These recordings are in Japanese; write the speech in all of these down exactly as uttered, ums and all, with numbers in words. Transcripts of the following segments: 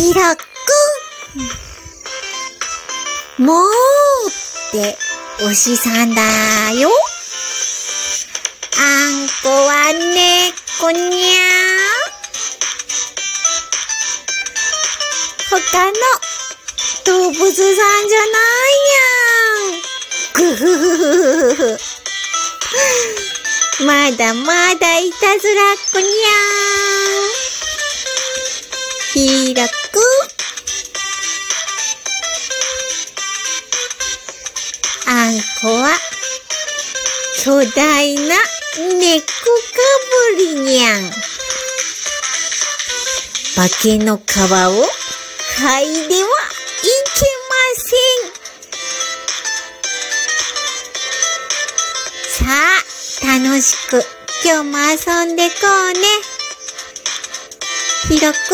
ひろくん、もうって牛さんだよ。あんこは猫にゃー。他の動物さんじゃないやん。ぐふふふふふ。まだまだいたずらっこにゃー。ひろくあんこは巨大な猫かぶりにゃん。化けの皮を剥いではいけません。さあ、楽しく今日も遊んでこうね。ひろくん。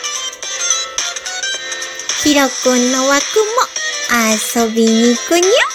ひろくんの枠も遊びに行くにゃ。